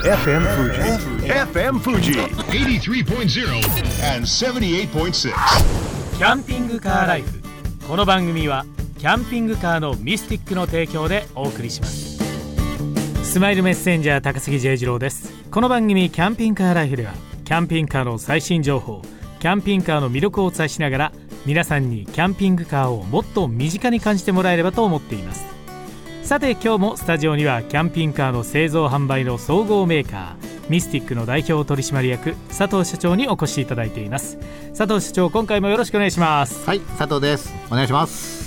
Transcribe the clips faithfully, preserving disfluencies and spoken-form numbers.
エフエム Fuji エフエム Fuji はちじゅうさんてんゼロ and セブンじゅうはちてんろくキャンピングカーライフ。この番組はキャンピングカーのミスティックの提供でお送りします。スマイルメッセンジャー高杉 J 次郎です。この番組キャンピングカーライフではキャンピングカーの最新情報、キャンピングカーの魅力をお伝えしながら皆さんにキャンピングカーをもっと身近に感じてもらえればと思っています。さて今日もスタジオにはキャンピングカーの製造販売の総合メーカーミスティックの代表取締役佐藤社長にお越しいただいています。佐藤社長、今回もよろしくお願いします。 はい、佐藤です。お願いします。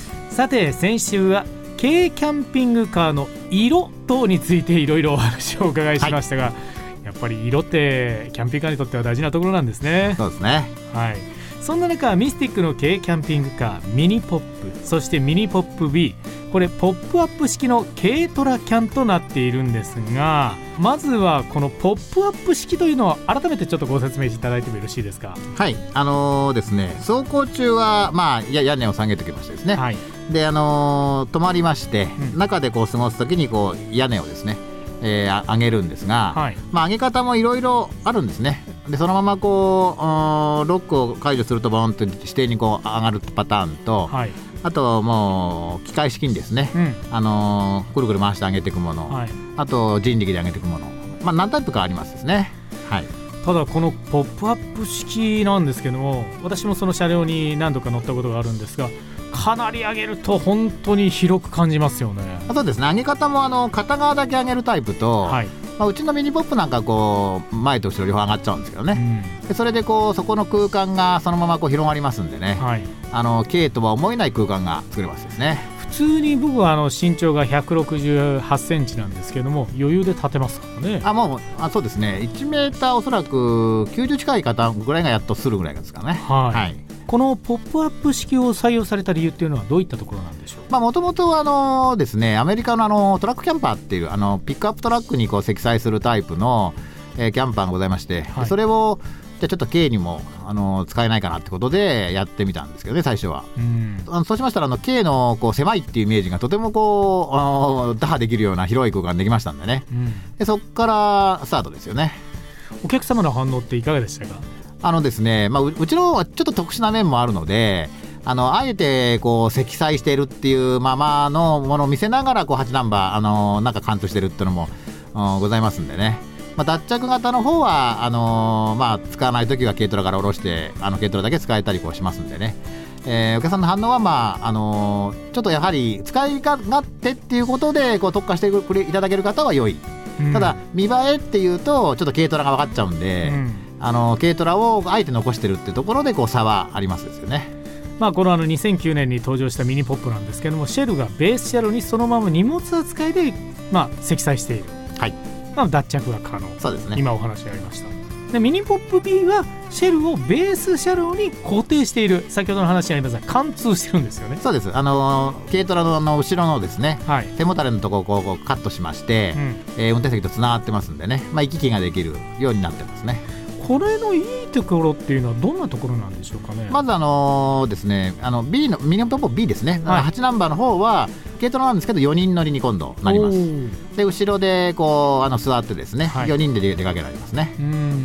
さて先週は軽キャンピングカーの色等についていろいろお話をお伺いしましたが、はい、やっぱり色ってキャンピングカーにとっては大事なところなんですね。 そうですね、 はい、そんな中ミスティックの軽キャンピングカーミニポップ、そしてミニポップ B、 これポップアップ式の軽トラキャンとなっているんですが、まずはこのポップアップ式というのを改めてちょっとご説明していただいてもよろしいですか。 はい、あのー、ですね走行中は、まあ、や屋根を下げておきましてですね、はい、で、あのー、止まりまして、うん、中でこう過ごすときにこう屋根をですね、えー、上げるんですが、はい、まあ、上げ方もいろいろあるんですね。でそのままこうロックを解除するとボーンと指定にこう上がるパターンと、はい、あともう機械式にですね、うん、あのー、くるくる回して上げていくもの、はい、あと人力で上げていくもの、まあ、何タイプかありますですね、はい。 ただこのポップアップ式なんですけども、私もその車両に何度か乗ったことがあるんですが、かなり上げると本当に広く感じますよね。 そうですね、上げ方もあの片側だけ上げるタイプと、はい、まあ、うちのミニポップなんかこう前と後ろ両方上がっちゃうんですけどね、うん、でそれでこうそこの空間がそのままこう広がりますんでね、はい、あの軽とは思えない空間が作れますですね。 普通に僕はあの身長がひゃくろくじゅうはちセンチなんですけども、余裕で立てますからね。 あ、もうあそうですね、いちメーターおそらくきゅうじゅう近い方ぐらいがやっとするぐらいですかね。はい、はい。 このポップアップ式を採用された理由っていうのはどういったところなんでしょう。 もともとですね、アメリカのあのトラックキャンパーっていうあのピックアップトラックにこう積載するタイプの、えー、キャンパーがございまして、はい、それをじゃあちょっと軽にもあの使えないかなってことでやってみたんですけどね、最初は。うん、あのそうしましたらあの軽のこう狭いっていうイメージがとてもこうあの打破できるような広い空間できましたんでね、うん、でそこからスタートですよね。 お客様の反応っていかがでしたか。 あのですね、まあ、う, うちのはちょっと特殊な面もあるので、あのあえてこう積載しているっていうままのものを見せながらこうはちナンバーあのなんか貫通してるっていうのもございますんでね、まあ、脱着型の方はあの、まあ、使わないときは軽トラから下ろしてあの軽トラだけ使えたりこうしますんでね、えー、お客さんの反応は、まああのちょっとやはり使い勝手っていうことでこう特化してくれいただける方は良い、うん、ただ見栄えっていうとちょっと軽トラが分かっちゃうんで、うん、あの軽トラをあえて残してるっていうところでこう差はありますですよね。 まあ、このあのにせんきゅうねんに登場したミニポップなんですけども、シェルがベース車両にそのまま荷物扱いで、まあ、積載している、はい、まあ、脱着が可能。そうですね、今お話ありました。でミニポップ B はシェルをベース車両に固定している、先ほどの話にありましたが貫通してるんですよね。 そうです、あの軽トラ の, あの後ろのですね、はい、背もたれのところをこうこうカットしまして、うん、えー、運転席とつながってますんでね、まあ、行き来ができるようになってますね。 これのいいところっていうのはどんなところなんでしょうかね。 まずあのー、ですね、あの B のミニポップ B ですね、はい、はちナンバーの方は軽トラなんですけどよにん乗りに今度なります。で後ろでこうあの座ってですね、はい、よにんで出かけられますね。うん、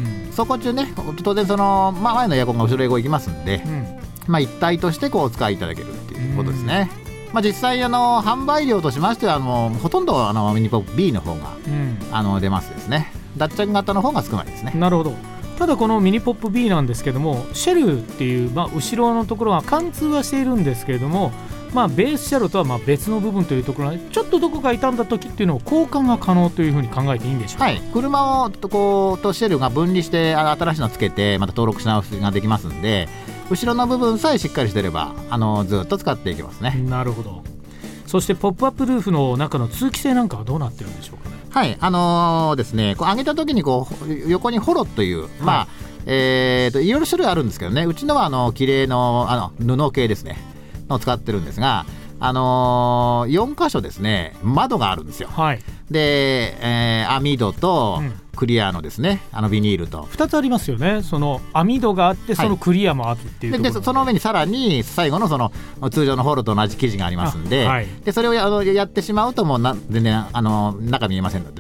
走行中ね、当然その、まあ、前のエアコンが後ろへこう行きますんで、うん、まあ、一体としてこうお使いいただけるっていうことですね。まあ、実際あの販売量としましてはもうほとんどあのミニポップ B の方が、うん、あの出ますですね。脱着型の方が少ないですね。 なるほど。ただこのミニポップ B なんですけども、シェルっていう、まあ、後ろのところは貫通はしているんですけれども、まあ、ベース車両とはまあ別の部分というところでちょっとどこか傷んだ時っていうのを交換が可能というふうに考えていいんでしょうか。 はい、車をこうとシェルが分離して新しいのをつけてまた登録し直しができますんで、後ろの部分さえしっかりしてればあのずっと使っていけますね。 なるほど。そしてポップアップルーフの中の通気性なんかはどうなってるんでしょうかね。 はい、あのー、ですね、こう上げた時にこう横にホロという、はい、まあえー、といろいろ種類あるんですけどね、うちのはあの綺麗のあの布系ですねのを使ってるんですが、あのー、よん箇所ですね窓があるんですよ。はい、で、えー、網戸とクリアのですね、うん、あのビニールとふたつありますよね。その網戸があってそのクリアもあってっていうところ、 はい、ででその上にさらに最後のその通常のホールと同じ生地がありますんで、はい、でそれを や, あのやってしまうともうな全然あの中見えませんのでね。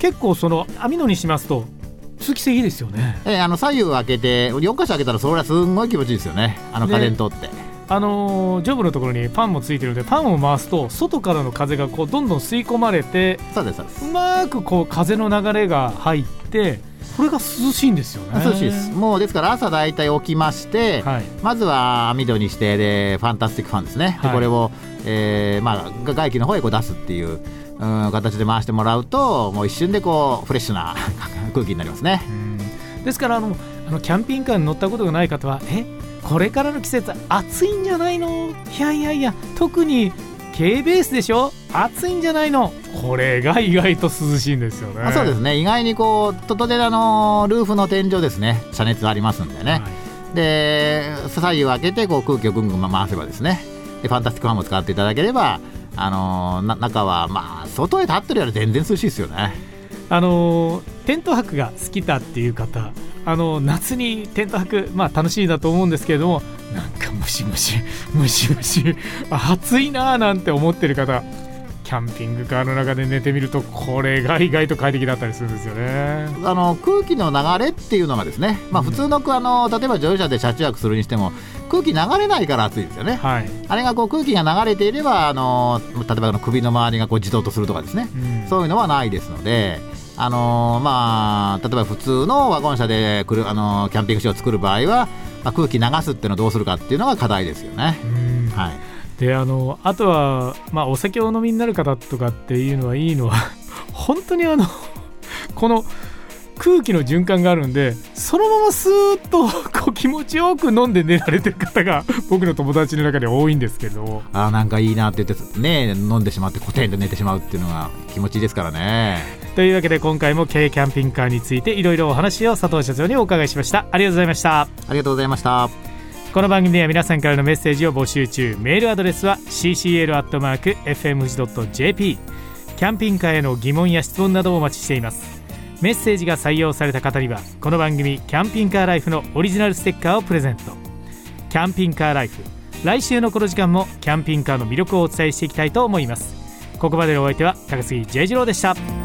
結構その網戸にしますと通気性いいですよね。 えー、あの左右開けてよんかしょ開けたらそれはすんごい気持ちいいですよね、あの風に通って。 あのー、上部のところにファンもついてるのでファンを回すと外からの風がこうどんどん吸い込まれて、 そうですそうです、 うまくこう風の流れが入ってこれが涼しいんですよね。 涼しいです。もうですから朝だいたい起きまして、はい、まずは網戸にしてでファンタスティックファンですね、はい、でこれを、えーまあ、外気の方へこう出すっていう、うん、形で回してもらうともう一瞬でこうフレッシュな空気になりますね。 うん、ですからあのあのキャンピングカーに乗ったことがない方はえこれからの季節暑いんじゃないの、いやいやいや特に軽ベースでしょ、暑いんじゃないの、これが意外と涼しいんですよね。 あそうですね、意外にこう外であのルーフの天井ですね遮熱ありますんでね、はい、で左右を開けてこう空気をぐんぐん回せばですね、でファンタスティックファンも使っていただければあのな中はまあ外へ立ってるより全然涼しいですよね。 あのテント泊が好きだっていう方、あの夏にテント泊、まあ、楽しいだと思うんですけれどもなんかムシムシムシムシ暑いななんて思ってる方、キャンピングカーの中で寝てみるとこれが意外と快適だったりするんですよね。 あの空気の流れっていうのがですね、まあ、普通の、あの例えば乗用車で車中泊するにしても空気流れないから暑いですよね、はい、あれがこう空気が流れていればあの例えばの首の周りがこう自動とするとかですね、うん、そういうのはないですので、あのーまあ、例えば普通のワゴン車で来る、あのー、キャンピング車を作る場合は、まあ、空気流すっていうのをどうするかっていうのが課題ですよね。うん、はい、 であのあとは、まあ、お酒をお飲みになる方とかっていうのはいいのは本当にあのこの空気の循環があるんでそのままスーッとこう気持ちよく飲んで寝られてる方が僕の友達の中で多いんですけど、 あなんかいいなって言ってね飲んでしまってコテンと寝てしまうっていうのが気持ちいいですからね。 というわけで今回も軽キャンピングカーについていろいろお話を佐藤社長にお伺いしました。ありがとうございました。 ありがとうございました。 この番組では皆さんからのメッセージを募集中。メールアドレスは シーシーエル アットマーク エフエム 富士 ドット ジェーピー。 キャンピングカーへの疑問や質問などをお待ちしています。メッセージが採用された方にはこの番組キャンピングカーライフのオリジナルステッカーをプレゼント。キャンピングカーライフ、来週のこの時間もキャンピングカーの魅力をお伝えしていきたいと思います。ここまでのお相手は高杉 J 次郎でした。